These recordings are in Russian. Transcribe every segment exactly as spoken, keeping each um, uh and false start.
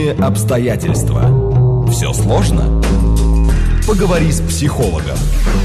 Личные обстоятельства. Все сложно? Поговори с психологом.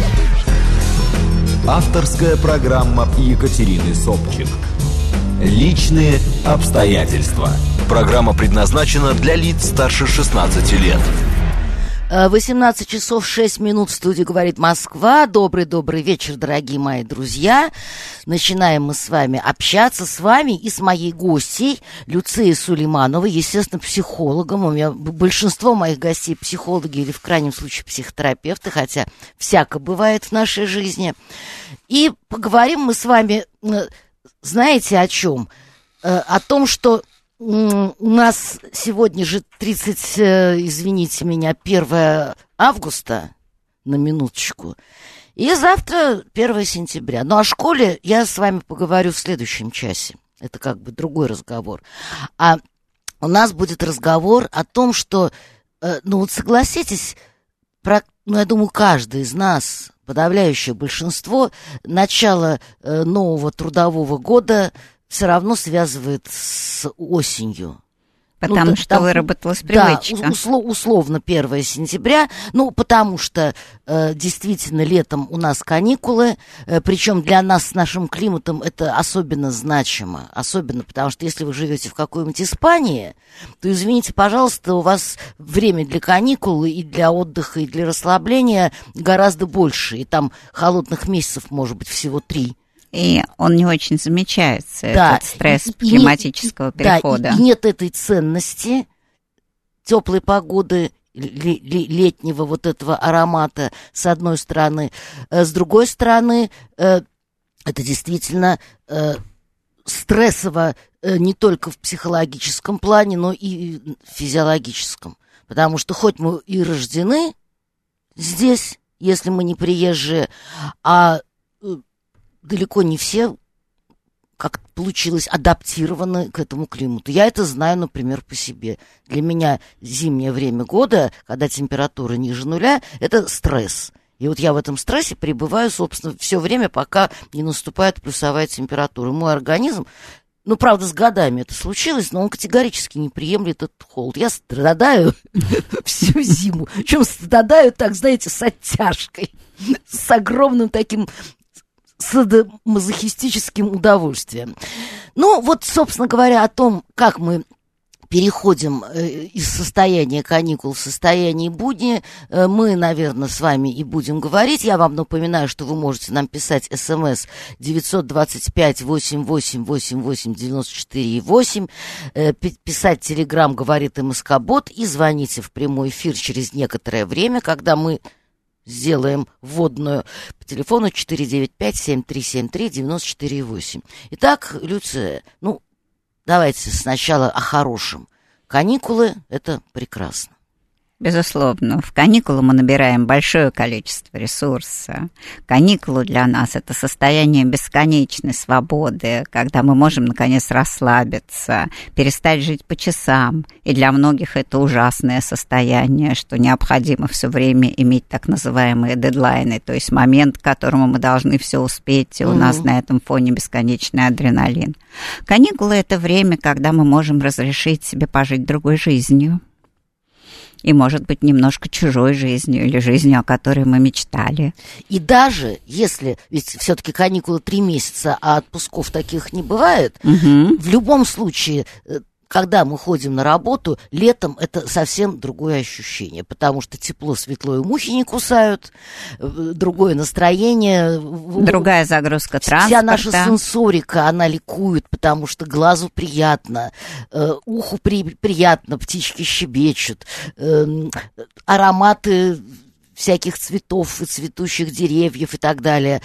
Авторская программа Екатерины Собчик. Личные обстоятельства. Программа предназначена для лиц старше шестнадцати лет. восемнадцать часов шесть минут, в студии «Говорит Москва». Добрый-добрый вечер, дорогие мои друзья. Начинаем мы с вами общаться, с вами и с моей гостьей Люцией Сулеймановой, естественно, психологом. У меня большинство моих гостей психологи или, в крайнем случае, психотерапевты, хотя всяко бывает в нашей жизни. И поговорим мы с вами, знаете, о чем? О том, что у нас сегодня же тридцать, извините меня, первое августа, на минуточку, и завтра первое сентября. Ну, о школе я с вами поговорю в следующем часе. Это как бы другой разговор. А у нас будет разговор о том, что, ну вот согласитесь, про, ну, я думаю, каждый из нас, подавляющее большинство, начало нового трудового года все равно связывает с осенью. Потому ну, что там, выработалась привычка. Да, услов, условно первое сентября. Ну, потому что э, действительно летом у нас каникулы, э, причем для нас с нашим климатом это особенно значимо. Особенно потому что если вы живете в какой-нибудь Испании, то, извините, пожалуйста, у вас время для каникул и для отдыха, и для расслабления гораздо больше. И там холодных месяцев может быть всего три. И он не очень замечается, да, этот стресс и, климатического и, перехода. Да, и, и нет этой ценности теплой погоды, летнего вот этого аромата, с одной стороны. С другой стороны, это действительно стрессово не только в психологическом плане, но и в физиологическом. Потому что хоть мы и рождены здесь, если мы не приезжие, а далеко не все, как получилось, адаптированы к этому климату. Я это знаю, например, по себе. Для меня зимнее время года, когда температура ниже нуля, это стресс. И вот я в этом стрессе пребываю, собственно, все время, пока не наступает плюсовая температура. Мой организм, ну, правда, с годами это случилось, но он категорически не приемлет этот холод. Я страдаю всю зиму. Причем страдаю, так, знаете, с оттяжкой, с огромным таким садомазохистическим удовольствием. Ну, вот, собственно говоря, о том, как мы переходим из состояния каникул в состояние будни, мы, наверное, с вами и будем говорить. Я вам напоминаю, что вы можете нам писать смс девятьсот двадцать пять восемь восемь восемь восемь девяносто четыре восемь, писать телеграм «Говорит МСК-бот» и звоните в прямой эфир через некоторое время, когда мы сделаем вводную по телефону четыре девять пять семь три семь три девяносто четыре восемь. Итак, Люция, ну, давайте сначала о хорошем. Каникулы — это прекрасно. Безусловно, в каникулы мы набираем большое количество ресурса. Каникулы для нас — это состояние бесконечной свободы, когда мы можем, наконец, расслабиться, перестать жить по часам. И для многих это ужасное состояние, что необходимо все время иметь так называемые дедлайны, то есть момент, к которому мы должны все успеть, и у mm-hmm. нас на этом фоне бесконечный адреналин. Каникулы — это время, когда мы можем разрешить себе пожить другой жизнью. И, может быть, немножко чужой жизнью или жизнью, о которой мы мечтали. И даже если, ведь все-таки каникулы три месяца, а отпусков таких не бывает, угу. в любом случае, когда мы ходим на работу, летом это совсем другое ощущение, потому что тепло, светло и мухи не кусают, другое настроение. Другая загрузка транспорта. Вся наша сенсорика, она ликует, потому что глазу приятно, э, уху при, приятно, птички щебечут, э, ароматы всяких цветов и цветущих деревьев и так далее.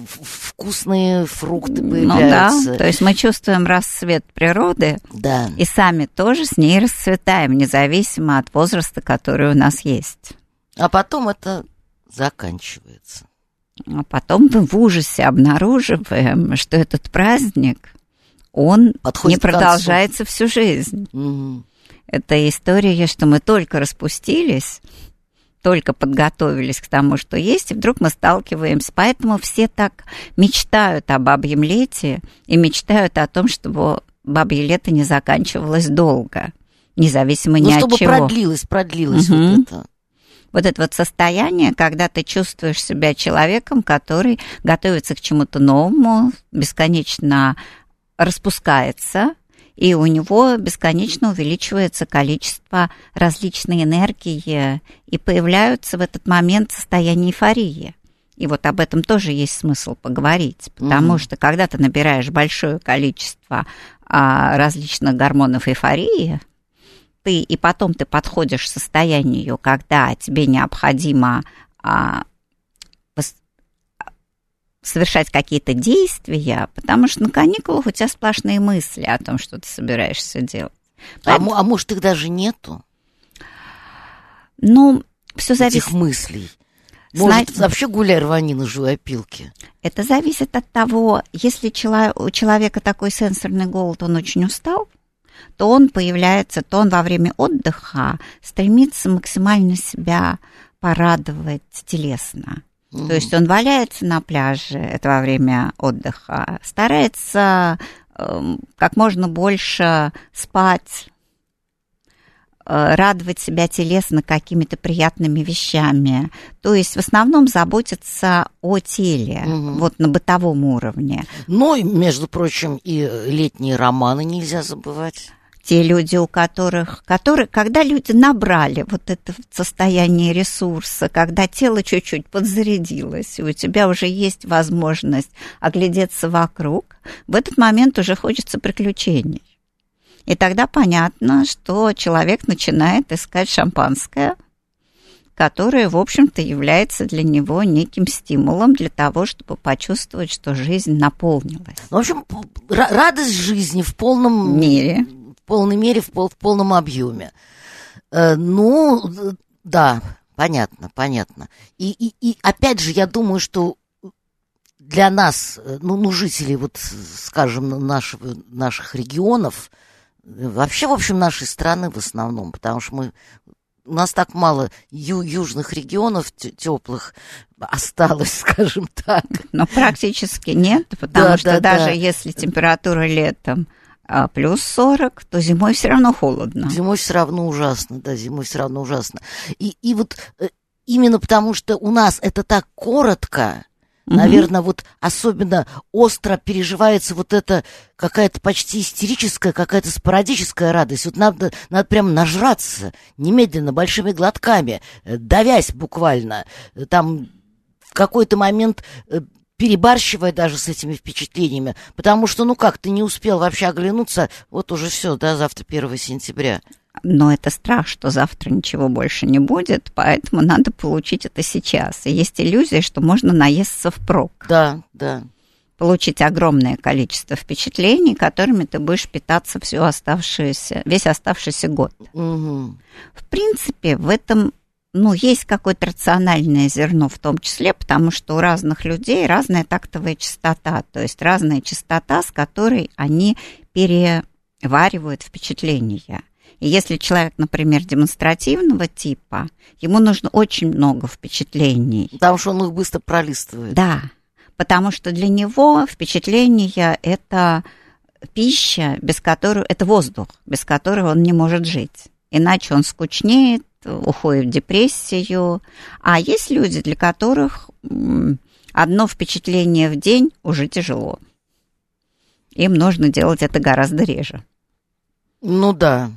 Вкусные фрукты появляются. Ну да, то есть мы чувствуем расцвет природы, да. И сами тоже с ней расцветаем, независимо от возраста, который у нас есть. А потом это заканчивается. А потом мы в ужасе обнаруживаем, что этот праздник, он Подходит не продолжается всю жизнь. Угу. Это история, что мы только распустились, только подготовились к тому, что есть, и вдруг мы сталкиваемся. Поэтому все так мечтают о бабьем лете и мечтают о том, чтобы бабье лето не заканчивалось долго. независимо ну, ни от чего. Ну, чтобы продлилось, продлилось угу. вот это. Вот это вот состояние, когда ты чувствуешь себя человеком, который готовится к чему-то новому, бесконечно распускается, и у него бесконечно увеличивается количество различной энергии, и появляются в этот момент состояния эйфории. И вот об этом тоже есть смысл поговорить, потому mm-hmm. что когда ты набираешь большое количество а, различных гормонов эйфории, ты, и потом ты подходишь к состоянию, когда тебе необходимо а, вос, совершать какие-то действия, потому что на каникулах у тебя сплошные мысли о том, что ты собираешься делать. Поэтому... А, а может, их даже нету? Ну, все зависит... Этих мыслей. Может, Зна... вообще гуляй рвани на живой опилке? Это зависит от того, если чело... у человека такой сенсорный голод, он очень устал, то он появляется, то он во время отдыха стремится максимально себя порадовать телесно. Mm-hmm. То есть он валяется на пляже, это во время отдыха, старается э, как можно больше спать, э, радовать себя телесно какими-то приятными вещами. То есть в основном заботиться о теле, mm-hmm. вот на бытовом уровне. Ну, и, между прочим, и летние романы нельзя забывать. Те люди, у которых, которые, когда люди набрали вот это состояние ресурса, когда тело чуть-чуть подзарядилось, и у тебя уже есть возможность оглядеться вокруг, в этот момент уже хочется приключений. И тогда понятно, что человек начинает искать шампанское, которое, в общем-то, является для него неким стимулом для того, чтобы почувствовать, что жизнь наполнилась. В общем, радость жизни в полном мере. В полной мере, в, пол, в полном объеме. Э, ну, да, понятно, понятно. И, и, и опять же, я думаю, что для нас, ну, ну жителей, вот, скажем, нашего, наших регионов, вообще, в общем, нашей страны в основном, потому что мы, у нас так мало ю, южных регионов теплых осталось, скажем так. Но практически нет, потому да, что да, даже да. если температура летом а плюс сорок, то зимой все равно холодно. Зимой все равно ужасно, да, зимой все равно ужасно. И, и вот именно потому, что у нас это так коротко, mm-hmm. наверное, вот особенно остро переживается вот эта какая-то почти истерическая, какая-то спорадическая радость. Вот надо, надо прям нажраться немедленно, большими глотками, давясь буквально. Там в какой-то момент... перебарщивая даже с этими впечатлениями, потому что, ну как, ты не успел вообще оглянуться, вот уже все, да, завтра первого сентября. Но это страх, что завтра ничего больше не будет, поэтому надо получить это сейчас. И есть иллюзия, что можно наесться впрок. Да, да. Получить огромное количество впечатлений, которыми ты будешь питаться всю оставшуюся, весь оставшийся год. Угу. В принципе, в этом... Ну, есть какое-то рациональное зерно в том числе, потому что у разных людей разная тактовая частота, то есть разная частота, с которой они переваривают впечатления. И если человек, например, демонстративного типа, ему нужно очень много впечатлений. Потому что он их быстро пролистывает. Да, потому что для него впечатления – это пища, без которой, это воздух, без которого он не может жить. Иначе он скучнеет, уходит в депрессию. А есть люди, для которых одно впечатление в день уже тяжело. Им нужно делать это гораздо реже. Ну да.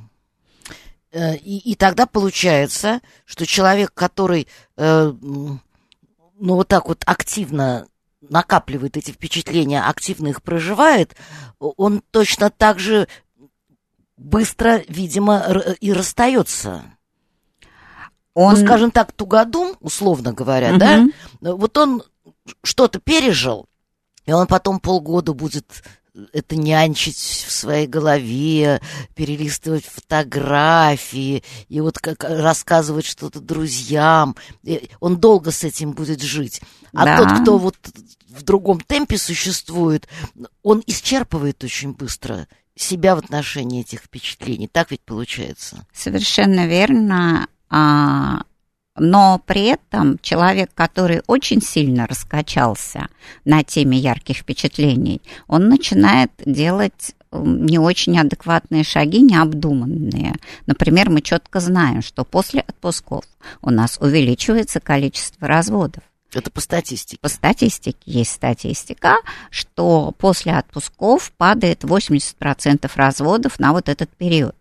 И, и тогда получается, что человек, который э, ну вот так вот активно накапливает эти впечатления, активно их проживает, он точно так же быстро, видимо, и расстается. Он... Ну, скажем так, тугодум, условно говоря, угу. да, вот он что-то пережил, и он потом полгода будет это нянчить в своей голове, перелистывать фотографии, и вот как рассказывать что-то друзьям. И он долго с этим будет жить. А да. тот, кто вот в другом темпе существует, он исчерпывает очень быстро себя в отношении этих впечатлений. Так ведь получается? Совершенно верно. А Но при этом человек, который очень сильно раскачался на теме ярких впечатлений, он начинает делать не очень адекватные шаги, необдуманные. Например, мы четко знаем, что после отпусков у нас увеличивается количество разводов. Это по статистике. По статистике. Есть статистика, что после отпусков падает восемьдесят процентов разводов на вот этот период.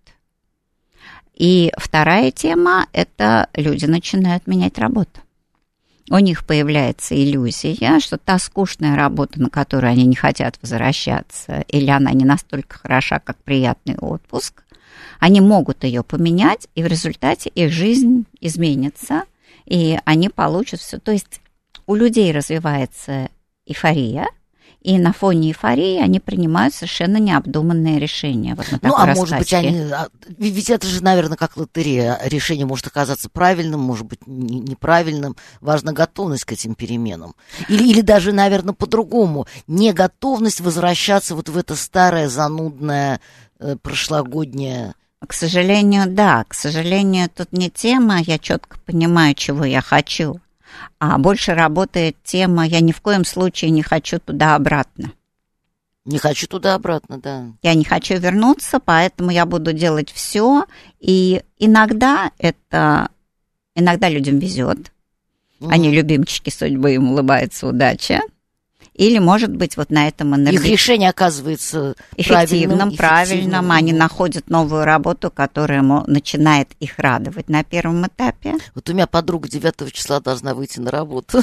И вторая тема – это люди начинают менять работу. У них появляется иллюзия, что та скучная работа, на которую они не хотят возвращаться, или она не настолько хороша, как приятный отпуск, они могут ее поменять, и в результате их жизнь изменится, и они получат все. То есть у людей развивается эйфория, и на фоне эйфории они принимают совершенно необдуманные решения. Вот на ну, такой а раскачке. может быть, они... Ведь это же, наверное, как лотерея. Решение может оказаться правильным, может быть, неправильным. Важна готовность к этим переменам. Или, или даже, наверное, по-другому. Неготовность возвращаться вот в это старое, занудное, э, прошлогоднее... К сожалению, да. К сожалению, тут не тема. Я четко понимаю, чего я хочу. А больше работает тема «я ни в коем случае не хочу туда-обратно». Не хочу туда-обратно, да. Я не хочу вернуться, поэтому я буду делать все. И иногда это... Иногда людям везет. Mm-hmm. Они любимчики судьбы, им улыбается удача. Или, может быть, вот на этом энергии... Их решение оказывается эффективным, правильным. правильным. Они находят новую работу, которая начинает их радовать на первом этапе. Вот у меня подруга девятого числа должна выйти на работу.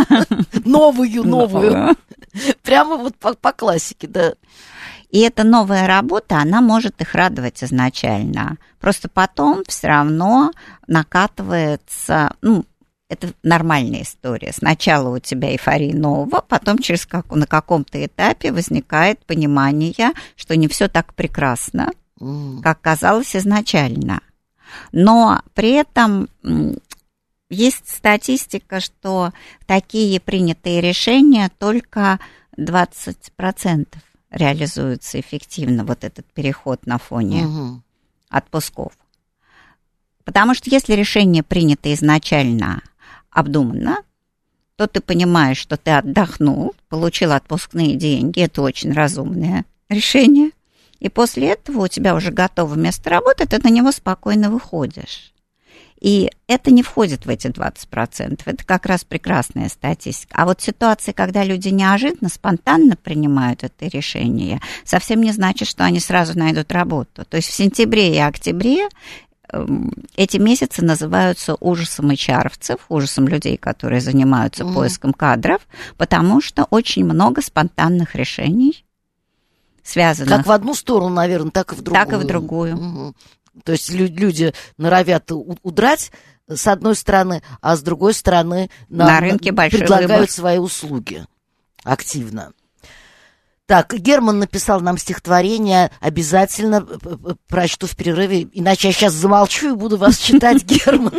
Новую, новую. Прямо вот по классике, да. И эта новая работа, она может их радовать изначально. Просто потом все равно накатывается... ну, это нормальная история. Сначала у тебя эйфория нового, потом через как, на каком-то этапе возникает понимание, что не все так прекрасно, mm. как казалось изначально. Но при этом есть статистика, что такие принятые решения только двадцать процентов реализуются эффективно, вот этот переход на фоне mm-hmm. отпусков. Потому что если решение принято изначально обдуманно, то ты понимаешь, что ты отдохнул, получил отпускные деньги, это очень разумное решение, и после этого у тебя уже готово место работы, ты на него спокойно выходишь. И это не входит в эти двадцать процентов, это как раз прекрасная статистика. А вот ситуации, когда люди неожиданно, спонтанно принимают это решение, совсем не значит, что они сразу найдут работу. То есть в сентябре и октябре эти месяцы называются ужасом эйч ар-овцев, ужасом людей, которые занимаются mm-hmm. поиском кадров, потому что очень много спонтанных решений, связанных... Как в одну сторону, наверное, так и в другую. Так и в другую. Mm-hmm. То есть люди норовят удрать с одной стороны, а с другой стороны на, на рынке большой предлагают выбор. Свои услуги активно. Так, Герман написал нам стихотворение, обязательно прочту в перерыве, иначе я сейчас замолчу и буду вас читать, Герман.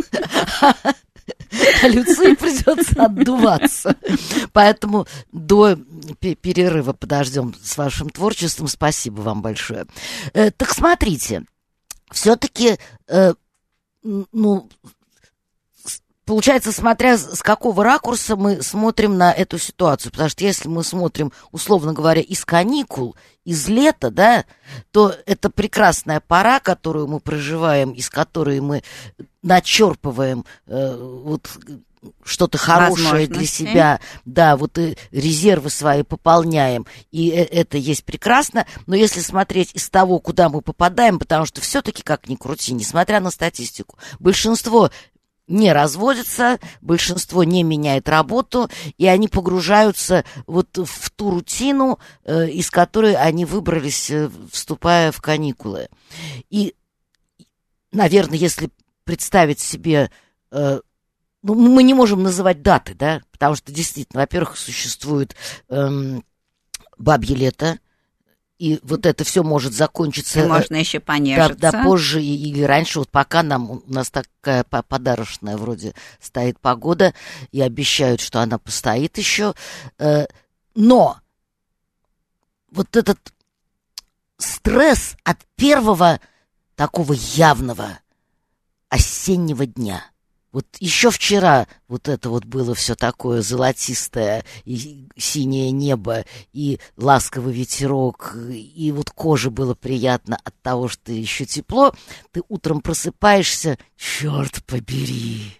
А Люции придется отдуваться. Поэтому до перерыва подождем с вашим творчеством. Спасибо вам большое. Так смотрите, все-таки, ну... Получается, смотря с какого ракурса мы смотрим на эту ситуацию, потому что если мы смотрим, условно говоря, из каникул, из лета, да, то это прекрасная пора, которую мы проживаем, из которой мы начерпываем э, вот что-то хорошее для себя, да, вот и резервы свои пополняем, и это есть прекрасно, но если смотреть из того, куда мы попадаем, потому что все-таки, как ни крути, несмотря на статистику, большинство не разводятся, большинство не меняет работу, и они погружаются вот в ту рутину, э, из которой они выбрались, э, вступая в каникулы. И, наверное, если представить себе... Э, ну, мы не можем называть даты, да, потому что действительно, во-первых, существует э, бабье лето, и вот это все может закончиться... И можно еще понежиться. Да, да, позже или раньше, вот пока нам, у нас такая подарочная вроде стоит погода, и обещают, что она постоит еще. Но вот этот стресс от первого такого явного осеннего дня, Вот еще вчера вот это вот было все такое золотистое, и синее небо, и ласковый ветерок, и вот коже было приятно от того, что еще тепло. Ты утром просыпаешься, черт побери,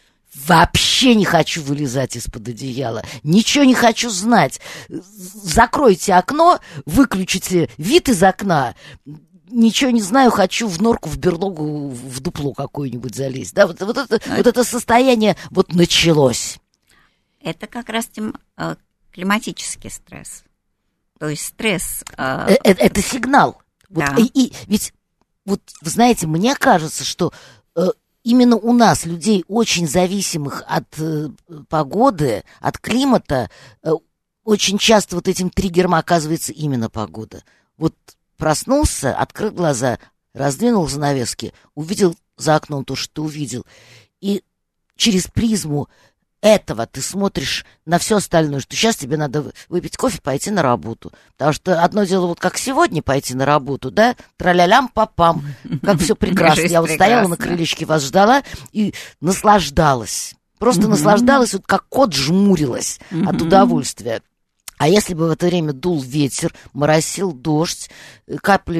вообще не хочу вылезать из-под одеяла, ничего не хочу знать. Закройте окно, выключите вид из окна. Ничего не знаю, хочу в норку, в берлогу, в дупло какое-нибудь залезть. Да, вот, вот, это, вот это состояние вот началось. Это как раз тем, э, климатический стресс. То есть стресс... Э... Это, это сигнал. Вот, да. и, и ведь, вот, вы знаете, мне кажется, что э, именно у нас, людей, очень зависимых от э, погоды, от климата, э, очень часто вот этим триггером оказывается именно погода. Вот проснулся, открыл глаза, раздвинул занавески, увидел за окном то, что ты увидел. И через призму этого ты смотришь на все остальное, что сейчас тебе надо выпить кофе, пойти на работу. Потому что одно дело, вот как сегодня пойти на работу, да, траля-лям-папам, как все прекрасно. Я вот стояла на крылечке, вас ждала и наслаждалась. Просто наслаждалась, вот как кот жмурилась от удовольствия. А если бы в это время дул ветер, моросил дождь, капли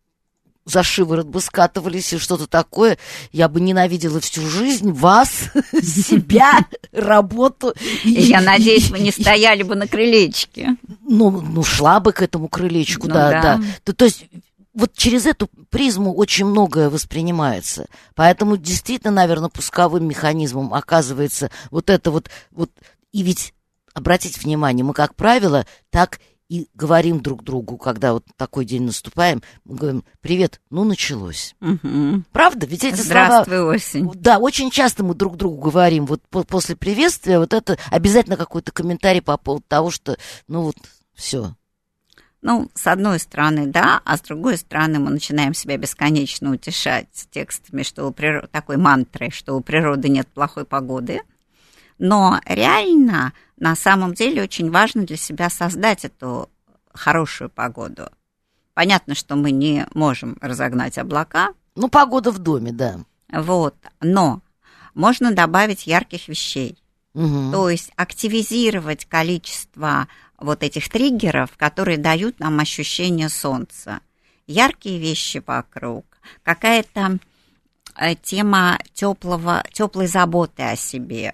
за шиворот бы скатывались и что-то такое, я бы ненавидела всю жизнь вас, себя, работу. Я надеюсь, вы не стояли бы на крылечке. Ну, ну шла бы к этому крылечку, да, да. То есть вот через эту призму очень многое воспринимается. Поэтому действительно, наверное, пусковым механизмом оказывается вот это вот, вот и ведь обратите внимание, мы, как правило, так и говорим друг другу, когда вот такой день наступаем, мы говорим: привет, ну началось. Угу. Правда? Ведь эти Здравствуй, слова... осень. Да, очень часто мы друг другу говорим, вот по- после приветствия вот это обязательно какой-то комментарий по поводу того, что, ну вот, все. Ну, с одной стороны, да, а с другой стороны мы начинаем себя бесконечно утешать текстами, что у природ... такой мантрой, что у природы нет плохой погоды. Но реально, на самом деле, очень важно для себя создать эту хорошую погоду. Понятно, что мы не можем разогнать облака. Ну, погода в доме, да. Вот, но можно добавить ярких вещей. Угу. То есть активизировать количество вот этих триггеров, которые дают нам ощущение солнца. Яркие вещи вокруг, какая-то тема теплого, теплой заботы о себе.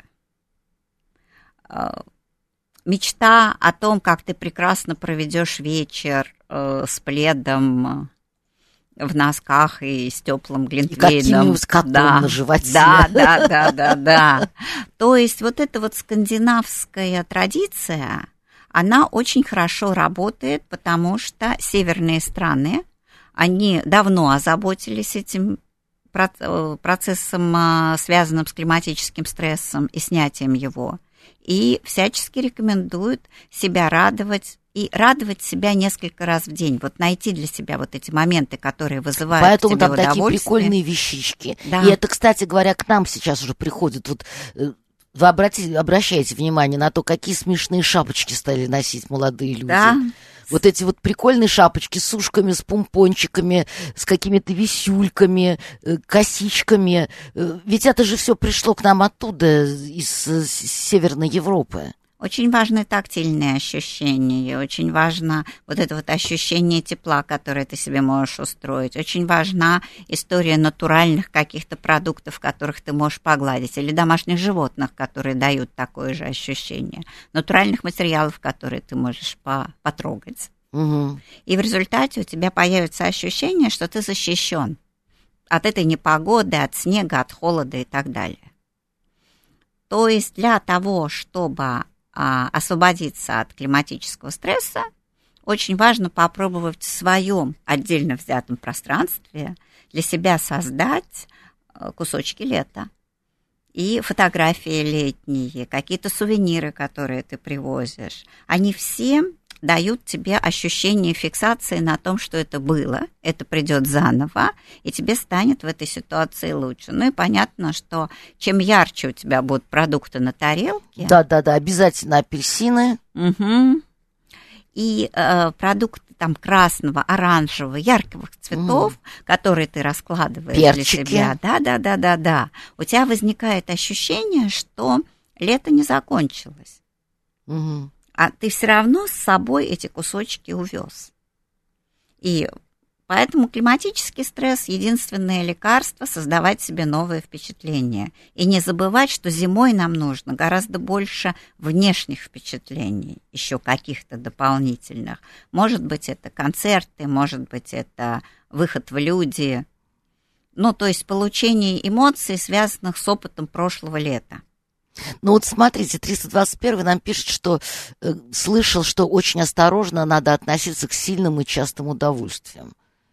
Мечта о том, как ты прекрасно проведешь вечер э, с пледом в носках и с теплым глинтвейном. И с котом да, на животе. Да, да, да, да, да. То есть вот эта вот скандинавская традиция, она очень хорошо работает, потому что северные страны, они давно озаботились этим процессом, связанным с климатическим стрессом и снятием его. И всячески рекомендуют себя радовать и радовать себя несколько раз в день. Вот найти для себя вот эти моменты, которые вызывают Поэтому в тебе там удовольствие. Такие прикольные вещички. Да. И это, кстати говоря, к нам сейчас уже приходят. Вот вы обратите, обращаете внимание на то, какие смешные шапочки стали носить молодые люди. Да. Вот эти вот прикольные шапочки с ушками, с помпончиками, с какими-то висюльками, косичками. Ведь это же все пришло к нам оттуда, из Северной Европы. Очень важны тактильные ощущения, очень важно вот это вот ощущение тепла, которое ты себе можешь устроить. Очень важна история натуральных каких-то продуктов, которых ты можешь погладить, или домашних животных, которые дают такое же ощущение. Натуральных материалов, которые ты можешь по- потрогать. Угу. И в результате у тебя появится ощущение, что ты защищен от этой непогоды, от снега, от холода и так далее. То есть для того, чтобы освободиться от климатического стресса, очень важно попробовать в своем отдельно взятом пространстве для себя создать кусочки лета. И фотографии летние, какие-то сувениры, которые ты привозишь, они все дают тебе ощущение фиксации на том, что это было, это придет заново, и тебе станет в этой ситуации лучше. Ну и понятно, что чем ярче у тебя будут продукты на тарелке... Да-да-да, обязательно апельсины. Угу. И э, продукты там красного, оранжевого, ярких цветов, mm. которые ты раскладываешь Перчики. для себя. Да, да, да, да, да. У тебя возникает ощущение, что лето не закончилось. Mm-hmm. А ты все равно с собой эти кусочки увез. И поэтому климатический стресс — единственное лекарство — создавать себе новые впечатления. И не забывать, что зимой нам нужно гораздо больше внешних впечатлений, еще каких-то дополнительных. Может быть, это концерты, может быть, это выход в люди. Ну, то есть получение эмоций, связанных с опытом прошлого лета. Ну вот смотрите, триста двадцать первый нам пишет, что э, слышал, что очень осторожно надо относиться к сильным и частым удовольствиям.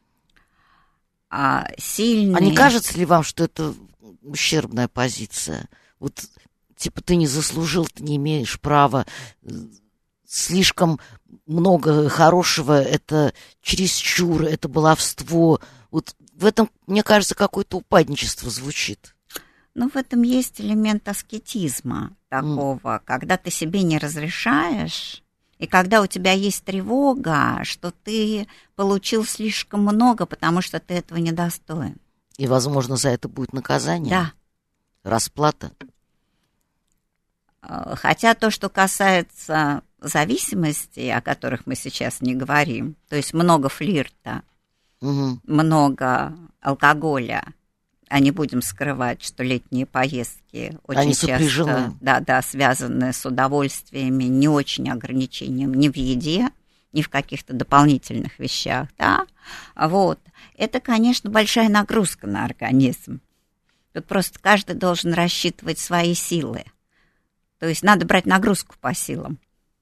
А, сильные... а не кажется ли вам, что это ущербная позиция? Вот, типа, ты не заслужил, ты не имеешь права. Слишком много хорошего, это чересчур, это баловство. Вот в этом, мне кажется, какое-то упадничество звучит. Ну, в этом есть элемент аскетизма такого, mm. когда ты себе не разрешаешь, и когда у тебя есть тревога, что ты получил слишком много, потому что ты этого недостоин. И, возможно, за это будет наказание? Да. Расплата? Хотя то, что касается зависимостей, о которых мы сейчас не говорим, то есть много флирта, mm-hmm. много алкоголя, а не будем скрывать, что летние поездки очень Они часто да, да, связаны с удовольствиями, не очень ограничением ни в еде, ни в каких-то дополнительных вещах. Да? Вот. Это, конечно, большая нагрузка на организм. Тут просто каждый должен рассчитывать свои силы. То есть надо брать нагрузку по силам.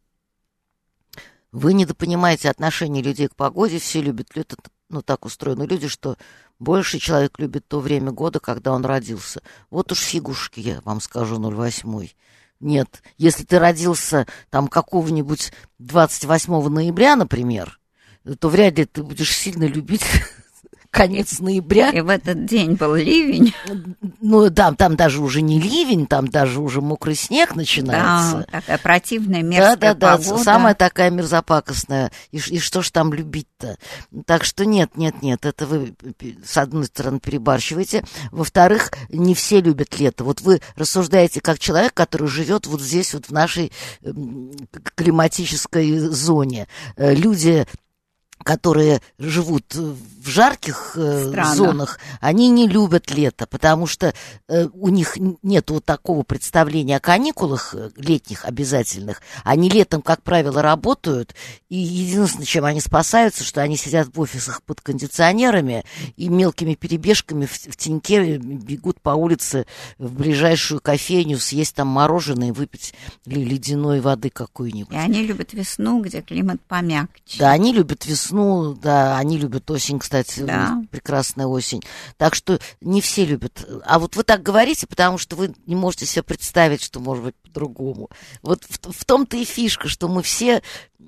Вы недопонимаете отношение людей к погоде, все любят лето, ну так устроены люди, что больше человек любит то время года, когда он родился. Вот уж фигушки, я вам скажу, ноль восьмой. Нет, если ты родился там какого-нибудь двадцать восьмого ноября, например, то вряд ли ты будешь сильно любить конец ноября. И в этот день был ливень. Ну, да, там даже уже не ливень, там даже уже мокрый снег начинается. Да, такая противная, мерзкая да, да, погода. Да, самая такая мерзопакостная. И, и что ж там любить-то? Так что нет, нет, нет, это вы, с одной стороны, перебарщиваете. Во-вторых, не все любят лето. Вот вы рассуждаете как человек, который живет вот здесь, вот в нашей климатической зоне. Люди, которые живут в жарких э, зонах, они не любят лето, потому что э, у них нет вот такого представления о каникулах летних обязательных. Они летом, как правило, работают, и единственное, чем они спасаются, что они сидят в офисах под кондиционерами и мелкими перебежками в, в теньке бегут по улице в ближайшую кофейню, съесть там мороженое и выпить ледяной воды какой-нибудь. И они любят весну, где климат помягче. Да, они любят весну. Ну, да, они любят осень, кстати, да. Прекрасная осень. Так что не все любят. А вот вы так говорите, потому что вы не можете себе представить, что может быть по-другому. Вот в, в том-то и фишка, что мы все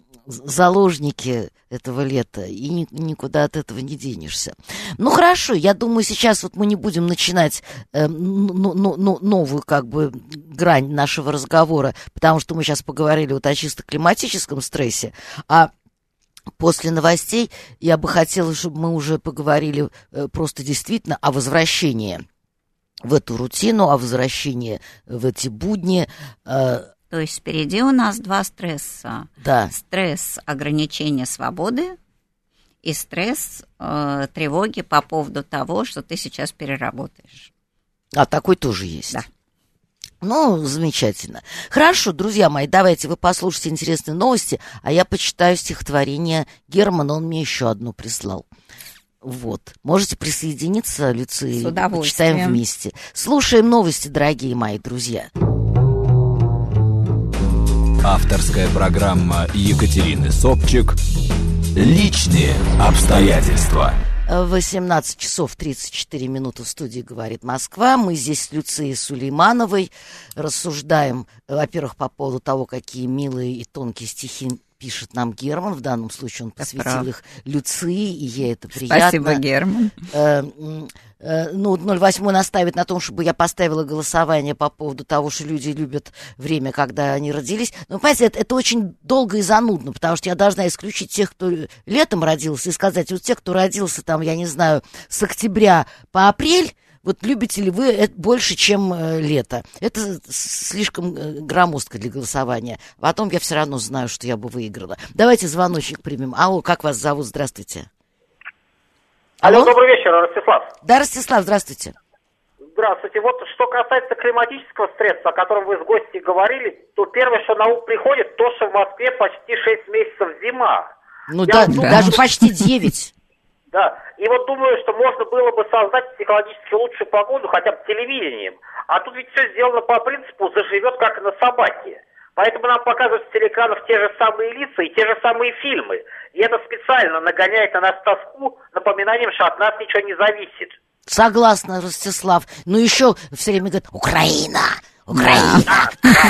заложники этого лета, и ни, никуда от этого не денешься. Ну, хорошо, я думаю, сейчас вот мы не будем начинать э, ну, ну, ну, новую, как бы, грань нашего разговора, потому что мы сейчас поговорили вот о чисто климатическом стрессе, а после новостей я бы хотела, чтобы мы уже поговорили э, просто действительно о возвращении в эту рутину, о возвращении в эти будни. Э, То есть впереди у нас два стресса. Да. Стресс ограничения свободы и стресс э, тревоги по поводу того, что ты сейчас переработаешь. А такой тоже есть. Да. Ну, замечательно. Хорошо, друзья мои, давайте вы послушайте интересные новости, а я почитаю стихотворение Германа, он мне еще одно прислал. Вот. Можете присоединиться, Люция, с удовольствием. Почитаем вместе. Слушаем новости, дорогие мои друзья. Авторская программа Екатерины Собчик «Личные обстоятельства». восемнадцать часов тридцать четыре минуты в студии «Говорит Москва». Мы здесь с Люцией Сулеймановой рассуждаем, во-первых, по поводу того, какие милые и тонкие стихи пишет нам Герман. В данном случае он посвятил прав. их Люции, и ей это приятно. Спасибо, Герман. Э, э, ну, ноль восемь настаивает на том, чтобы я поставила голосование по поводу того, что люди любят время, когда они родились. Но, понимаете, это, это очень долго и занудно, потому что я должна исключить тех, кто летом родился, и сказать, вот те, кто родился там, я не знаю, с октября по апрель, вот любите ли вы это больше, чем э, лето? Это слишком э, громоздко для голосования. Потом я все равно знаю, что я бы выиграла. Давайте звоночек примем. Алло, как вас зовут? Здравствуйте. Алло, Алло, добрый вечер, Ростислав. Да, Ростислав, здравствуйте. Здравствуйте. Вот что касается климатического стресса, о котором вы с гостьей говорили, то первое, что на ум приходит, то, что в Москве почти шесть месяцев зима. Ну Я да, вот думаю, даже почти девять. Да, и вот думаю, что можно было бы создать психологически лучшую погоду хотя бы телевидением. А тут ведь все сделано по принципу «заживет как на собаке». Поэтому нам показывают с телеэкранов те же самые лица и те же самые фильмы. И это специально нагоняет на нас тоску напоминанием, что от нас ничего не зависит. Согласна, Ростислав. Ну еще все время говорят «Украина! Украина!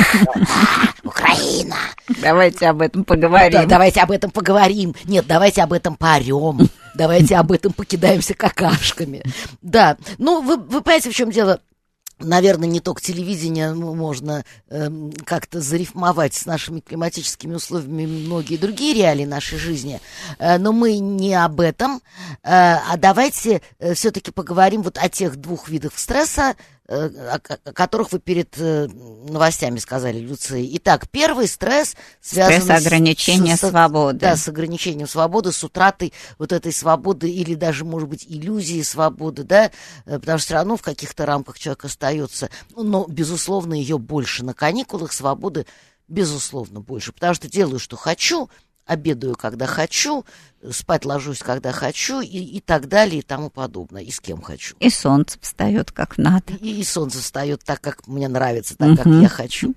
Украина!» Давайте об этом поговорим. Да, давайте об этом поговорим. Нет, давайте об этом поорем. Давайте об этом покидаемся какашками. Да, ну вы, вы понимаете, в чем дело? Наверное, не только телевидение можно э, как-то зарифмовать с нашими климатическими условиями многие другие реалии нашей жизни, э, но мы не об этом, э, а давайте э, все-таки поговорим вот о тех двух видах стресса, э, о, о которых вы перед э, новостями сказали, Люция. Итак, первый стресс связан стресс ограничения с, с, свободы. Да, с ограничением свободы, с утратой вот этой свободы или даже, может быть, иллюзии свободы, да, потому что все равно в каких-то рамках человек остается. Но, безусловно, ее больше. На каникулах свободы, безусловно, больше. Потому что делаю, что хочу, обедаю, когда хочу, спать ложусь, когда хочу, и, и так далее, и тому подобное. И с кем хочу. И солнце встает как надо. И, и солнце встает так, как мне нравится, так, как я хочу.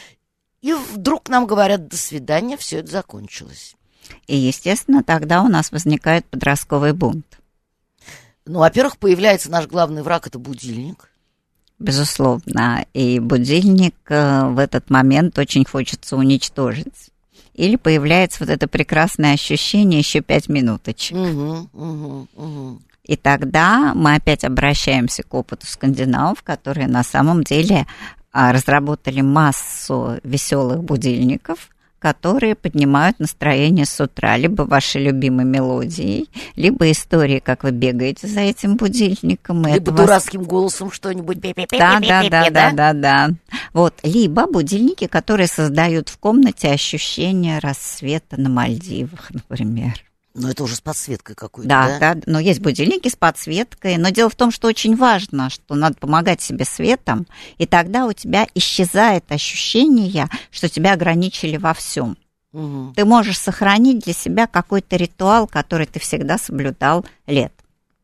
И вдруг нам говорят: до свидания, все это закончилось. И, естественно, тогда у нас возникает подростковый бунт. Ну, во-первых, появляется наш главный враг — это будильник. Безусловно. И будильник в этот момент очень хочется уничтожить. Или появляется вот это прекрасное ощущение еще пять минуточек. Угу, угу, угу. И тогда мы опять обращаемся к опыту скандинавов, которые на самом деле разработали массу веселых будильников, которые поднимают настроение с утра. Либо вашей любимой мелодией, либо истории, как вы бегаете за этим будильником. Либо дурацким вас... голосом что-нибудь. Да, да, да, да, да, да. Вот. Либо будильники, которые создают в комнате ощущение рассвета на Мальдивах, например. Но это уже с подсветкой какой-то, да? Да, да, но есть будильники с подсветкой. Но дело в том, что очень важно, что надо помогать себе светом, и тогда у тебя исчезает ощущение, что тебя ограничили во всем. Угу. Ты можешь сохранить для себя какой-то ритуал, который ты всегда соблюдал летом.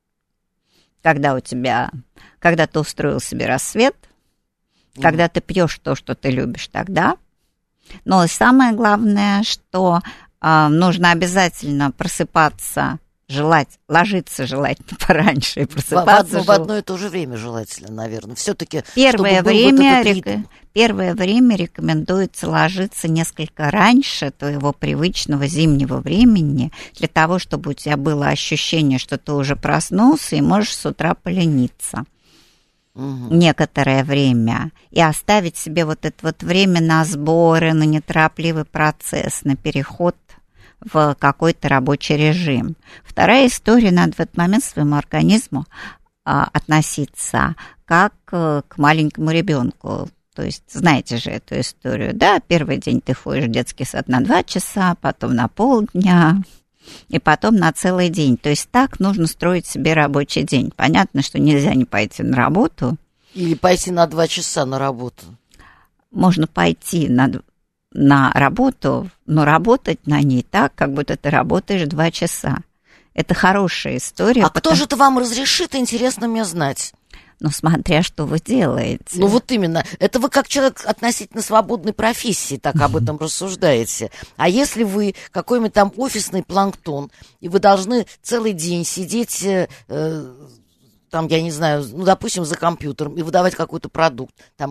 Когда у тебя, когда ты устроил себе рассвет, угу. когда ты пьешь то, что ты любишь, тогда. Но самое главное, что нужно обязательно просыпаться, желать, ложиться желательно пораньше и просыпаться. В, в, в одно и то же время желательно, наверное. Все-таки первое время, вот рек... первое время рекомендуется ложиться несколько раньше твоего привычного зимнего времени, для того, чтобы у тебя было ощущение, что ты уже проснулся и можешь с утра полениться. Угу. Некоторое время и оставить себе вот это вот время на сборы, на неторопливый процесс, на переход в какой-то рабочий режим. Вторая история: надо в этот момент своему организму а, относиться как к маленькому ребенку. То есть знаете же эту историю, да? Первый день ты ходишь в детский сад на два часа, потом на полдня, и потом на целый день. То есть так нужно строить себе рабочий день. Понятно, что нельзя не пойти на работу. Или пойти на два часа на работу. Можно пойти на, на работу, но работать на ней так, как будто ты работаешь два часа. Это хорошая история. А потому... кто же это вам разрешит, интересно мне знать? Ну, смотря что вы делаете. Ну, вот именно. Это вы как человек относительно свободной профессии так об этом рассуждаете. А если вы какой-нибудь там офисный планктон, и вы должны целый день сидеть, э, там, я не знаю, ну, допустим, за компьютером и выдавать какой-то продукт, там,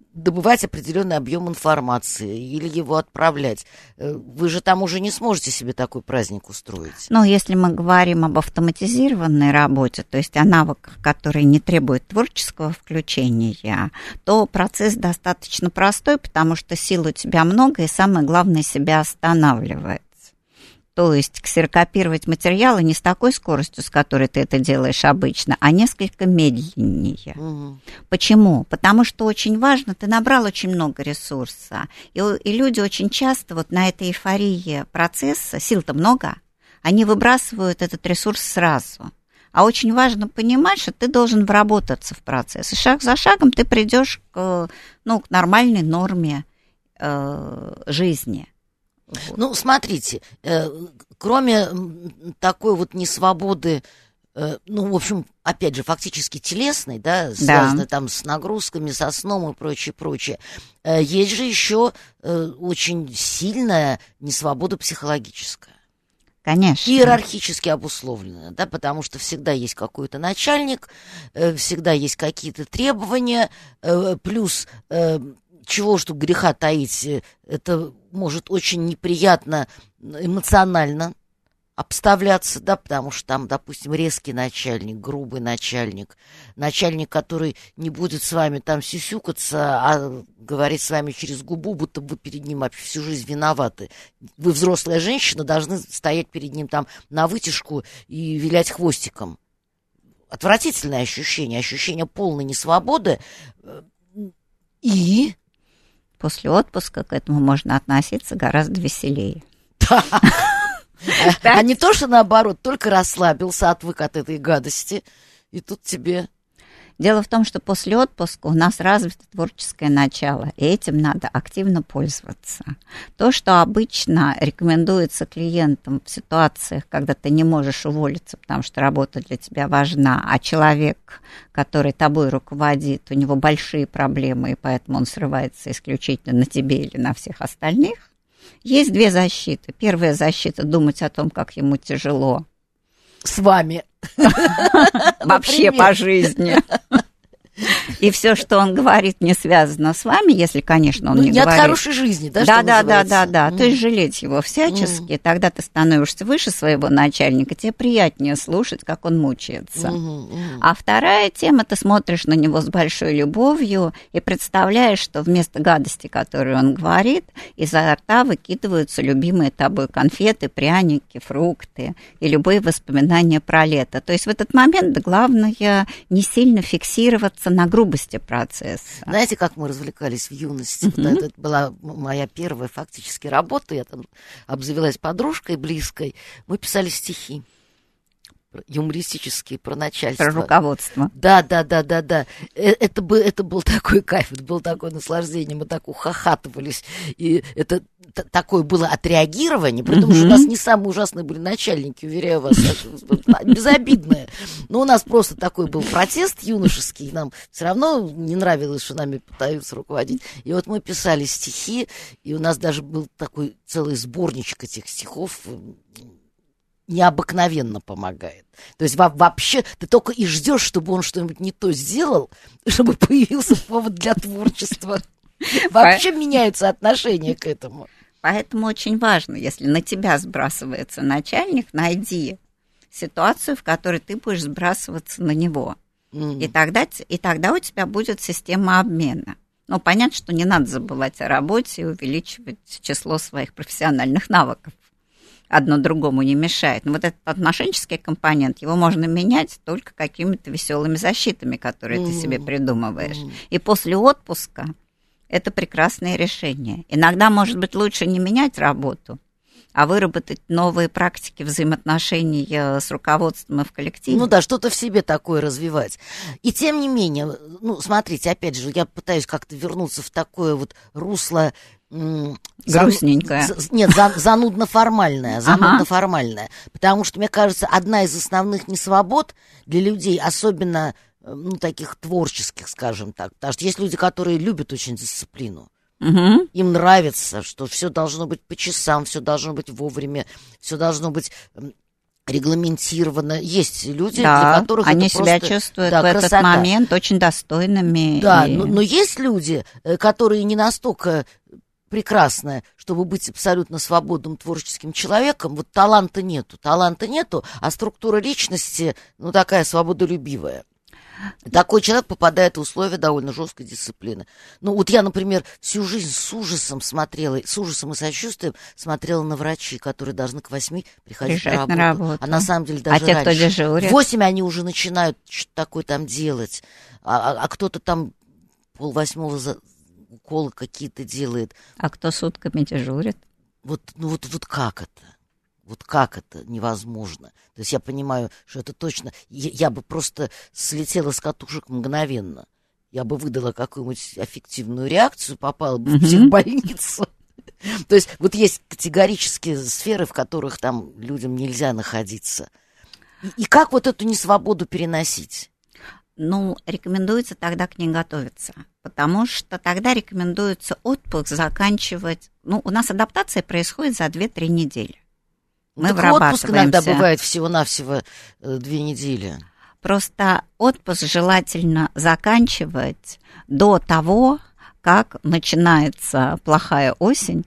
добывать определенный объем информации или его отправлять. Вы же там уже не сможете себе такой праздник устроить. Ну, если мы говорим об автоматизированной работе, то есть о навыках, которые не требуют творческого включения, то процесс достаточно простой, потому что сил у тебя много, и самое главное, себя останавливает. То есть ксерокопировать материалы не с такой скоростью, с которой ты это делаешь обычно, а несколько медленнее. Угу. Почему? Потому что очень важно, ты набрал очень много ресурса, и, и люди очень часто вот на этой эйфории процесса, сил-то много, они выбрасывают этот ресурс сразу. А очень важно понимать, что ты должен вработаться в процесс. И шаг за шагом ты придешь к, ну, к нормальной норме э, жизни. Вот. Ну, смотрите, э, кроме такой вот несвободы, э, ну, в общем, опять же, фактически телесной, да, связанной да. там с нагрузками, со сном и прочее, прочее, э, есть же еще э, очень сильная несвобода психологическая. Конечно. Иерархически обусловленная, да, потому что всегда есть какой-то начальник, э, всегда есть какие-то требования, э, плюс... Э, чего ж тут греха таить, это может очень неприятно эмоционально обставляться, да, потому что там, допустим, резкий начальник, грубый начальник, начальник, который не будет с вами там сюсюкаться, а говорить с вами через губу, будто вы перед ним вообще всю жизнь виноваты. Вы, взрослая женщина, должны стоять перед ним там на вытяжку и вилять хвостиком. Отвратительное ощущение, ощущение полной несвободы. И... После отпуска к этому можно относиться гораздо веселее. А не то, что наоборот, только расслабился, отвык от этой гадости, и тут тебе... Дело в том, что после отпуска у нас развито творческое начало, и этим надо активно пользоваться. То, что обычно рекомендуется клиентам в ситуациях, когда ты не можешь уволиться, потому что работа для тебя важна, а человек, который тобой руководит, у него большие проблемы, и поэтому он срывается исключительно на тебе или на всех остальных, есть две защиты. Первая защита — думать о том, как ему тяжело. С вами. Вообще по жизни. И все, что он говорит, не связано с вами, если, конечно, он ну, не не говорит. От хорошей жизни, да? Да, да, да, да, да. Mm. То есть жалеть его всячески, mm. тогда ты становишься выше своего начальника, тебе приятнее слушать, как он мучается. Mm-hmm. Mm-hmm. А вторая тема, ты смотришь на него с большой любовью и представляешь, что вместо гадости, которую он говорит, изо рта выкидываются любимые тобой конфеты, пряники, фрукты и любые воспоминания про лето. То есть в этот момент главное не сильно фиксироваться на грубости процесса. Знаете, как мы развлекались в юности? Mm-hmm. Вот это была моя первая фактически работа. Я там обзавелась подружкой близкой. Мы писали стихи юмористические про начальство. Про руководство. Да, да, да, да, да. Это был, это был такой кайф, это было такое наслаждение. Мы так ухахатывались. И это такое было отреагирование, при том, что у нас не самые ужасные были начальники, уверяю вас, безобидные. Но у нас просто такой был протест юношеский, нам все равно не нравилось, что нами пытаются руководить. И вот мы писали стихи, и у нас даже был такой целый сборничек этих стихов, необыкновенно помогает. То есть вообще ты только и ждешь, чтобы он что-нибудь не то сделал, чтобы появился повод для творчества. Вообще меняются отношения к этому. Поэтому очень важно, если на тебя сбрасывается начальник, найди ситуацию, в которой ты будешь сбрасываться на него. Mm. И, тогда, и тогда у тебя будет система обмена. Ну, понятно, что не надо забывать о работе и увеличивать число своих профессиональных навыков. Одно другому не мешает. Но вот этот отношенческий компонент, его можно менять только какими-то веселыми защитами, которые mm. ты себе придумываешь. Mm. И после отпуска это прекрасное решение. Иногда, может быть, лучше не менять работу, а выработать новые практики взаимоотношений с руководством и в коллективе. Ну да, что-то в себе такое развивать. И тем не менее, ну, смотрите, опять же, я пытаюсь как-то вернуться в такое вот русло... Грустненькое. Зан... Нет, зан... занудно-формальное, занудно-формальное. Потому что, мне кажется, одна из основных несвобод для людей, особенно, ну, таких творческих, скажем так, потому что есть люди, которые любят очень дисциплину. Угу. Им нравится, что все должно быть по часам, все должно быть вовремя, все должно быть регламентировано. Есть люди, да, для которых они это себя просто, чувствуют да, в этот красота. момент очень достойными. Да, и... но, но есть люди, которые не настолько прекрасны, чтобы быть абсолютно свободным творческим человеком. Вот таланта нету, таланта нету, а структура личности, ну, такая свободолюбивая. Такой человек попадает в условия довольно жесткой дисциплины. Ну, вот я, например, всю жизнь с ужасом смотрела, с ужасом и сочувствием смотрела на врачей, которые должны к восьми приходить на работу. на работу. А на самом деле даже а те, раньше. Кто дежурит? В восемь они уже начинают что-то такое там делать. А, а, а кто-то там полвосьмого за... уколы какие-то делает. А кто сутками дежурит? Вот, ну вот, вот как это? Вот как это невозможно? То есть я понимаю, что это точно... Я, я бы просто слетела с катушек мгновенно. Я бы выдала какую-нибудь аффективную реакцию, попала бы mm-hmm. в психбольницу. То есть вот есть категорические сферы, в которых там людям нельзя находиться. И, и как вот эту несвободу переносить? Ну, рекомендуется тогда к ней готовиться, потому что тогда рекомендуется отпуск заканчивать... Ну, у нас адаптация происходит за две-три недели. Мы так отпуск иногда бывает всего-навсего э, две недели. Просто отпуск желательно заканчивать до того, как начинается плохая осень,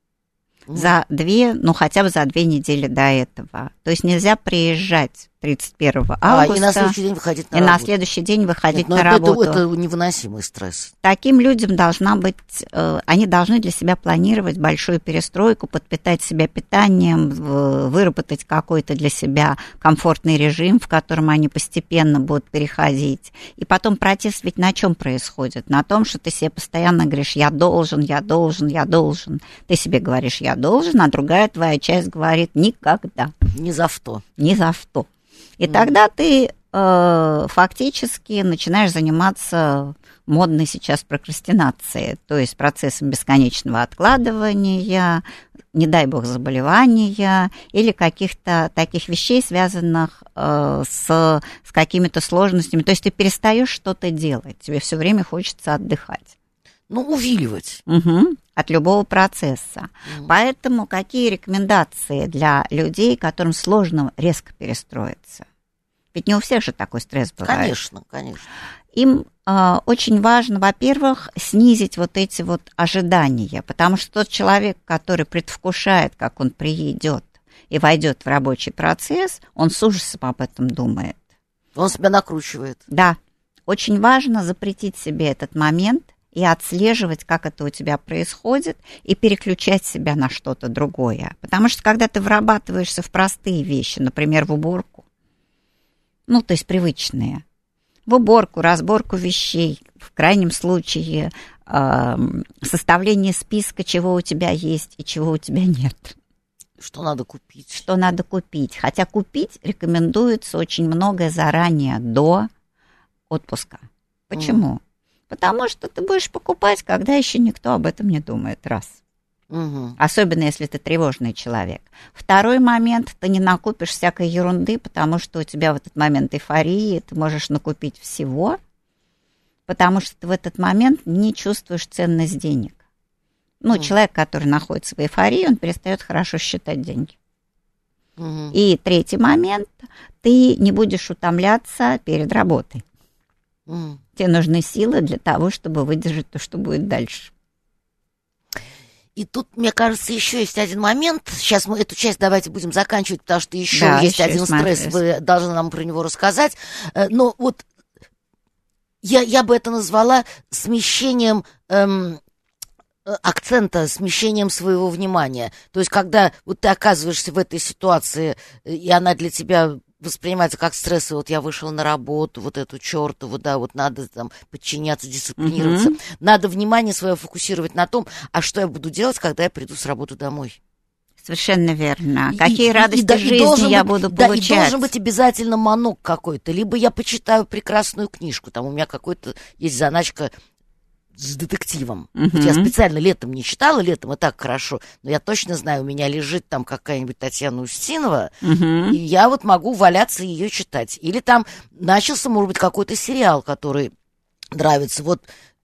mm. за две, ну хотя бы за две недели до этого. То есть нельзя приезжать тридцать первого августа. А, и на следующий день выходить на и работу. на следующий день выходить Нет, на это, работу. Это, это невыносимый стресс. Таким людям должна быть, э, они должны для себя планировать большую перестройку, подпитать себя питанием, в, выработать какой-то для себя комфортный режим, в котором они постепенно будут переходить. И потом протест ведь на чем происходит? На том, что ты себе постоянно говоришь: я должен, я должен, я должен. Ты себе говоришь: я должен, а другая твоя часть говорит: никогда. Ни за что. Ни за что. И mm. тогда ты э, фактически начинаешь заниматься модной сейчас прокрастинацией, то есть процессом бесконечного откладывания, не дай бог заболевания или каких-то таких вещей, связанных э, с, с какими-то сложностями. То есть ты перестаешь что-то делать, тебе все время хочется отдыхать. Ну, увиливать. Угу. От любого процесса. Mm. Поэтому какие рекомендации для людей, которым сложно резко перестроиться? Ведь не у всех же такой стресс бывает. Конечно, конечно. Им э, очень важно, во-первых, снизить вот эти вот ожидания, потому что тот человек, который предвкушает, как он приедет и войдет в рабочий процесс, он с ужасом об этом думает. Он себя накручивает. Да. Очень важно запретить себе этот момент и отслеживать, как это у тебя происходит, и переключать себя на что-то другое. Потому что когда ты врабатываешься в простые вещи, например, в уборку, ну, то есть привычные, в уборку, разборку вещей, в крайнем случае э, составление списка, чего у тебя есть и чего у тебя нет. Что надо купить. Что надо купить. Хотя купить рекомендуется очень многое заранее, до отпуска. Почему? Mm. Потому что ты будешь покупать, когда еще никто об этом не думает, раз. Угу. Особенно, если ты тревожный человек. Второй момент, ты не накупишь всякой ерунды, потому что у тебя в этот момент эйфория, ты можешь накупить всего, потому что ты в этот момент не чувствуешь ценность денег. Ну, угу. человек, который находится в эйфории, он перестает хорошо считать деньги. Угу. И третий момент, ты не будешь утомляться перед работой. Угу. Тебе нужны силы для того, чтобы выдержать то, что будет дальше. И тут, мне кажется, еще есть один момент. Сейчас мы эту часть давайте будем заканчивать, потому что еще да, есть еще один стресс. Стресс. Вы должны нам про него рассказать. Но вот я, я бы это назвала смещением эм, акцента, смещением своего внимания. То есть, когда вот ты оказываешься в этой ситуации, и она для тебя воспринимается как стресс, и вот я вышел на работу, вот эту чертову, да, вот надо там подчиняться, дисциплинироваться. Mm-hmm. Надо внимание свое фокусировать на том, а что я буду делать, когда я приду с работы домой. Совершенно верно. Какие и, радости и, жизни и я быть, буду да, получать. И должен быть обязательно монолог какой-то. Либо я почитаю прекрасную книжку, там у меня какой-то есть заначка с детективом. Uh-huh. Вот я специально летом не читала, летом и так хорошо, но я точно знаю, у меня лежит там какая-нибудь Татьяна Устинова, uh-huh. и я вот могу валяться и ее читать. Или там начался, может быть, какой-то сериал, который нравится. Вот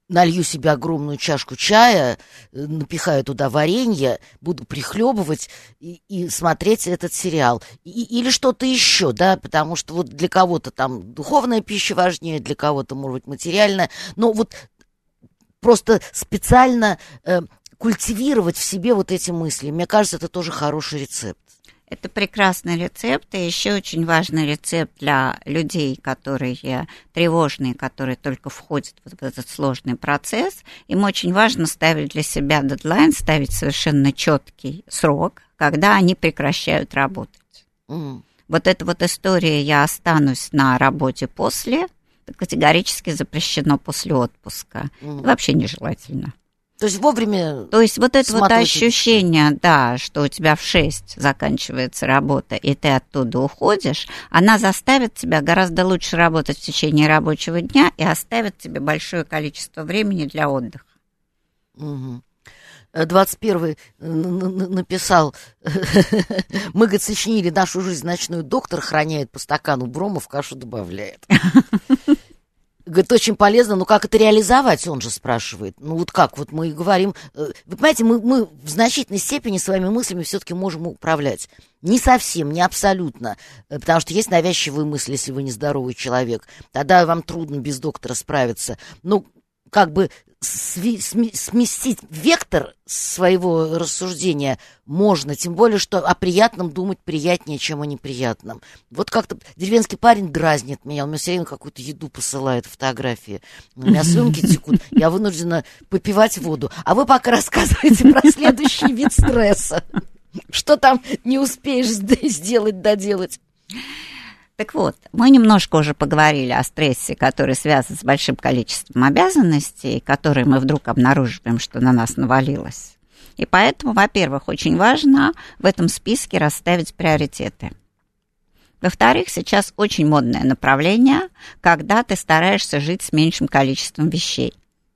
налью себе огромную чашку чая, напихаю туда варенье, буду прихлебывать и, и смотреть этот сериал. И, или что-то еще, да, потому что вот для кого-то там духовная пища важнее, для кого-то, может быть, материальная. Но вот просто специально э, культивировать в себе вот эти мысли, мне кажется, это тоже хороший рецепт. Это прекрасный рецепт, и еще очень важный рецепт для людей, которые тревожные, которые только входят в этот сложный процесс. Им очень важно ставить для себя дедлайн, ставить совершенно четкий срок, когда они прекращают работать. Mm. Вот эта вот история «я останусь на работе после» категорически запрещено после отпуска. Mm. Вообще нежелательно. То есть вовремя... То есть вот это вот ощущение, да, что у тебя в шесть заканчивается работа, и ты оттуда уходишь, она заставит тебя гораздо лучше работать в течение рабочего дня и оставит тебе большое количество времени для отдыха. Угу. двадцать первый написал: мы, говорит, сочинили нашу жизнь ночную, доктор храняет по стакану брома, в кашу добавляет. Говорит, очень полезно, но как это реализовать, он же спрашивает. Ну вот как, вот мы и говорим, вы понимаете, мы, мы в значительной степени своими мыслями все-таки можем управлять. Не совсем, не абсолютно, потому что есть навязчивые мысли, если вы нездоровый человек, тогда вам трудно без доктора справиться. Ну, как бы сви- сми- сместить вектор своего рассуждения можно, тем более, что о приятном думать приятнее, чем о неприятном. Вот как-то деревенский парень дразнит меня, он мне все время какую-то еду посылает, фотографии. У меня слюнки текут, я вынуждена попивать воду. А вы пока рассказывайте про следующий вид стресса. Что там не успеешь сделать, доделать? Так вот, мы немножко уже поговорили о стрессе, который связан с большим количеством обязанностей, которые мы вдруг обнаруживаем, что на нас навалилось. И поэтому, во-первых, очень важно в этом списке расставить приоритеты. Во-вторых, сейчас очень модное направление, когда ты стараешься жить с меньшим количеством вещей.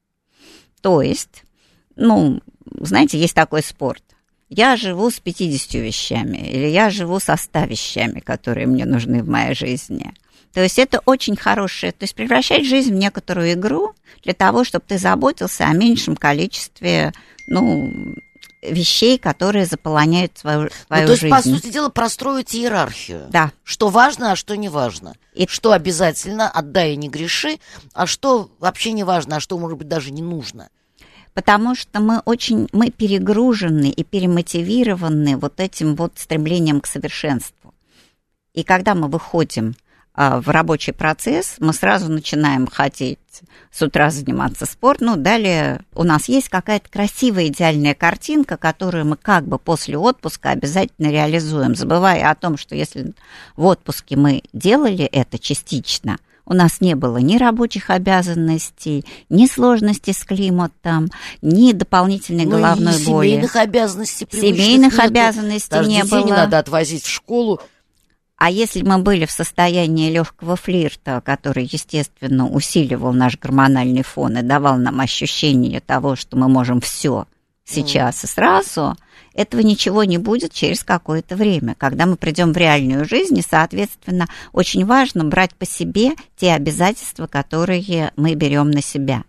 То есть, ну, знаете, есть такой спорт. Я живу с пятьюдесятью вещами, или я живу со ста вещами, которые мне нужны в моей жизни. То есть это очень хорошее, то есть превращать жизнь в некоторую игру для того, чтобы ты заботился о меньшем количестве, ну, вещей, которые заполоняют твою, твою ну, то есть, жизнь. по сути дела, простроить иерархию. Да. Что важно, а что не важно. И... Что обязательно, отдай и не греши, а что вообще не важно, а что, может быть, даже не нужно. Потому что мы очень, мы перегружены и перемотивированы вот этим вот стремлением к совершенству. И когда мы выходим а, в рабочий процесс, мы сразу начинаем хотеть с утра заниматься спортом. Ну, далее у нас есть какая-то красивая идеальная картинка, которую мы как бы после отпуска обязательно реализуем, забывая о том, что если в отпуске мы делали это частично, у нас не было ни рабочих обязанностей, ни сложностей с климатом, ни дополнительной ну, головной и боли. Семейных обязанностей Семейных нету. обязанностей Даже не детей было. Не надо отвозить в школу. А если мы были в состоянии легкого флирта, который, естественно, усиливал наш гормональный фон и давал нам ощущение того, что мы можем все сейчас mm. и сразу, этого ничего не будет через какое-то время. Когда мы придем в реальную жизнь, и, соответственно, очень важно брать по себе те обязательства, которые мы берем на себя.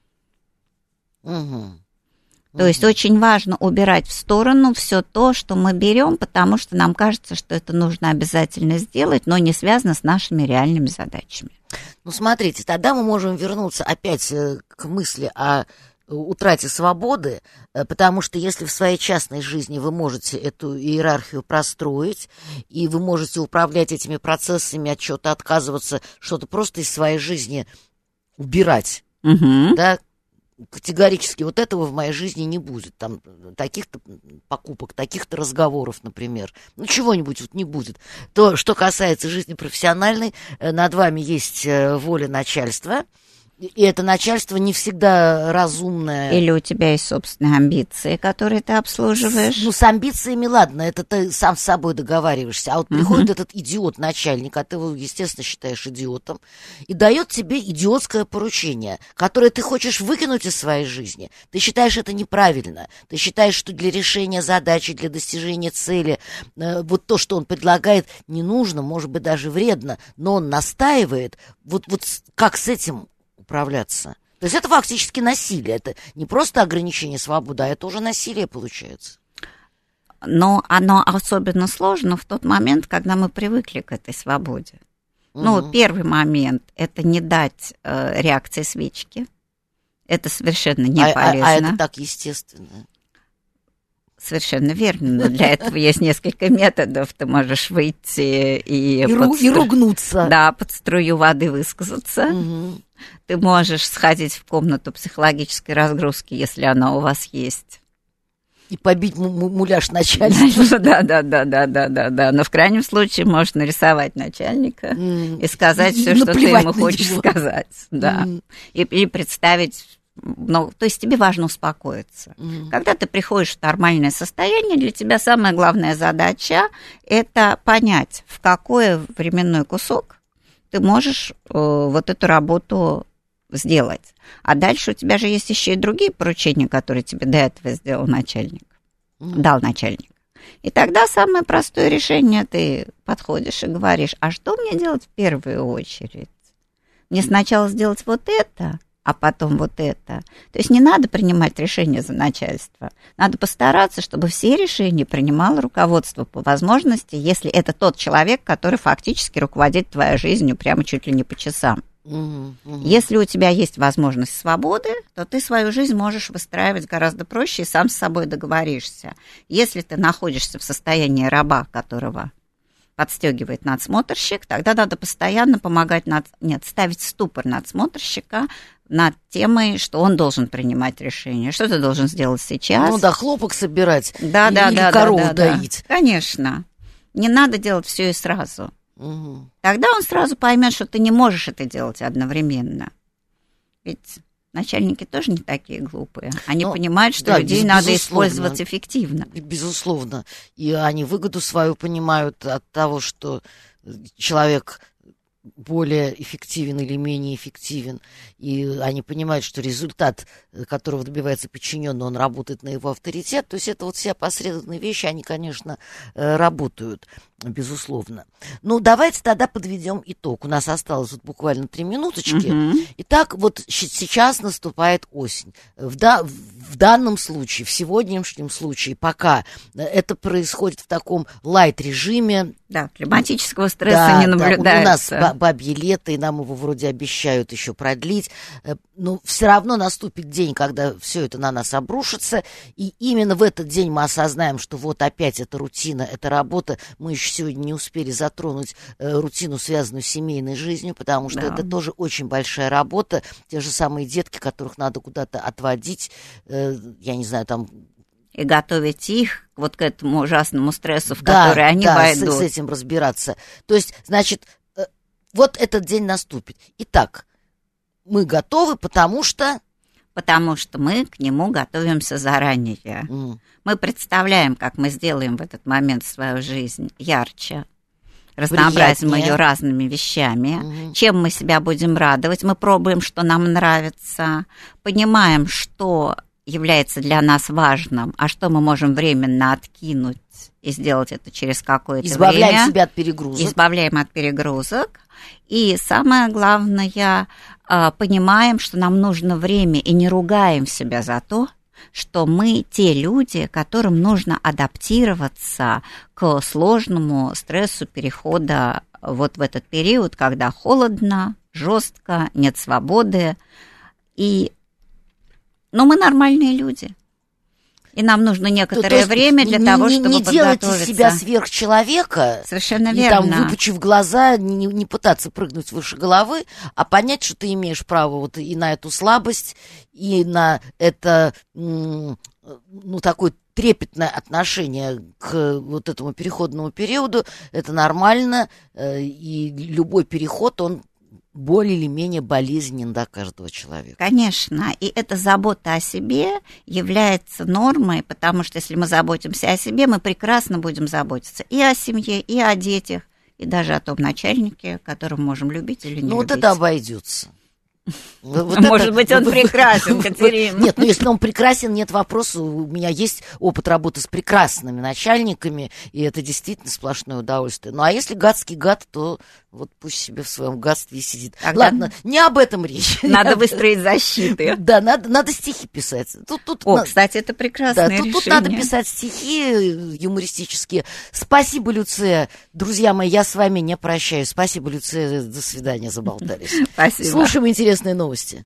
Mm-hmm. То mm-hmm. есть очень важно убирать в сторону все то, что мы берем, потому что нам кажется, что это нужно обязательно сделать, но не связано с нашими реальными задачами. Ну, смотрите, тогда мы можем вернуться опять к мысли о утрате свободы, потому что если в своей частной жизни вы можете эту иерархию простроить, и вы можете управлять этими процессами, от чего-то отказываться, что-то просто из своей жизни убирать, угу. да, категорически вот этого в моей жизни не будет, там, таких-то покупок, таких-то разговоров, например, ну, чего-нибудь вот не будет. То, что касается жизни профессиональной, над вами есть воля начальства, и это начальство не всегда разумное. Или у тебя есть собственные амбиции, которые ты обслуживаешь. Ну, с амбициями, ладно, это ты сам с собой договариваешься. А вот uh-huh. приходит этот идиот-начальник, а ты его, естественно, считаешь идиотом, и дает тебе идиотское поручение, которое ты хочешь выкинуть из своей жизни. Ты считаешь это неправильно. Ты считаешь, что для решения задачи, для достижения цели, э, вот то, что он предлагает, не нужно, может быть, даже вредно, но он настаивает. Вот, вот как с этим управляться? То есть это фактически насилие, это не просто ограничение свободы, а это уже насилие получается. Но оно особенно сложно в тот момент, когда мы привыкли к этой свободе. Угу. Ну, первый момент – это не дать э, реакции свечки. Это совершенно не а, полезно. А, а это так естественно. Совершенно верно. Но для этого есть несколько методов. Ты можешь выйти и... И, ру, и ругнуться. Да, под струю воды высказаться. Угу. Ты можешь сходить в комнату психологической разгрузки, если она у вас есть. И побить муляж начальника. Да, да, да, да, да, да, да. Но в крайнем случае можно нарисовать начальника mm. и сказать все, что ты ему хочешь него. сказать. Да. Mm. И, и представить. Ну, то есть тебе важно успокоиться. Mm. Когда ты приходишь в нормальное состояние, для тебя самая главная задача – это понять, в какой временной кусок ты можешь э, вот эту работу сделать. А дальше у тебя же есть еще и другие поручения, которые тебе до этого сделал начальник, mm. дал начальник. И тогда самое простое решение, ты подходишь и говоришь, а что мне делать в первую очередь? Мне сначала сделать вот это, а потом вот это. То есть не надо принимать решения за начальство. Надо постараться, чтобы все решения принимало руководство по возможности, если это тот человек, который фактически руководит твоей жизнью прямо чуть ли не по часам. Угу, угу. Если у тебя есть возможность свободы, то ты свою жизнь можешь выстраивать гораздо проще и сам с собой договоришься. Если ты находишься в состоянии раба, которого подстегивает надсмотрщик, тогда надо постоянно помогать, над... нет, ставить ступор надсмотрщика над темой, что он должен принимать решение. Что ты должен сделать сейчас? Ну да, хлопок собирать да, или, да, или да, корову да, да, доить. Да. Конечно. Не надо делать все и сразу. Угу. Тогда он сразу поймет, что ты не можешь это делать одновременно. Ведь начальники тоже не такие глупые. Они Но, понимают, что да, людей без, надо использовать эффективно. Безусловно. И они выгоду свою понимают от того, что человек более эффективен или менее эффективен. И они понимают, что результат, которого добивается подчиненный, он работает на его авторитет. То есть это вот все опосредованные вещи, они, конечно, работают, безусловно. Ну, давайте тогда подведем итог. У нас осталось вот буквально три минуточки. Uh-huh. Итак, вот сейчас наступает осень. В, да, в данном случае, в сегодняшнем случае, пока это происходит в таком лайт-режиме. Да, климатического стресса да, не наблюдается. Да, у нас бабье лето, и нам его вроде обещают еще продлить. Но все равно наступит день, когда все это на нас обрушится. И именно в этот день мы осознаем, что вот опять эта рутина, эта работа. Мы еще сегодня не успели затронуть э, рутину, связанную с семейной жизнью, потому что да. это тоже очень большая работа. Те же самые детки, которых надо куда-то отводить, э, я не знаю, там... И готовить их вот к этому ужасному стрессу, в да, который они да, войдут. С, с этим разбираться. То есть, значит, э, вот этот день наступит. Итак, мы готовы, потому что... Потому что мы к нему готовимся заранее. Mm. Мы представляем, как мы сделаем в этот момент свою жизнь ярче, разнообразим ее разными вещами, mm-hmm. чем мы себя будем радовать. Мы пробуем, что нам нравится, понимаем, что является для нас важным, а что мы можем временно откинуть и сделать это через какое-то Избавляем время. Избавляем себя от перегрузок. Избавляем от перегрузок. И самое главное, понимаем, что нам нужно время, и не ругаем себя за то, что мы те люди, которым нужно адаптироваться к сложному стрессу перехода вот в этот период, когда холодно, жестко, нет свободы. И... Но мы нормальные люди. И нам нужно некоторое то, то время для не, того, не, чтобы не подготовиться. Не делать из себя сверхчеловека. Совершенно и верно. И там, выпучив глаза, не, не пытаться прыгнуть выше головы, а понять, что ты имеешь право вот и на эту слабость, и на это, ну, такое трепетное отношение к вот этому переходному периоду. Это нормально, и любой переход, он более или менее болезненен для каждого человека. Конечно, и эта забота о себе является нормой, потому что если мы заботимся о себе, мы прекрасно будем заботиться и о семье, и о детях, и даже о том начальнике, которого можем любить или не ну, любить. Ну, вот это обойдется. Вот Может это... быть, он прекрасен, Катерина. Нет, ну если он прекрасен, нет вопроса. У меня есть опыт работы с прекрасными начальниками, и это действительно сплошное удовольствие. Ну а если гадский гад, то вот пусть себе в своем гадстве сидит. Тогда... Ладно, не об этом речь. Надо выстроить защиты. Да, надо, надо стихи писать. Тут, тут, О, на... кстати, это прекрасное да, тут, решение. Тут надо писать стихи юмористические. Спасибо, Люция. Друзья мои, я с вами не прощаюсь. Спасибо, Люция. До свидания, заболтались. Спасибо. Слушаем интересные новости.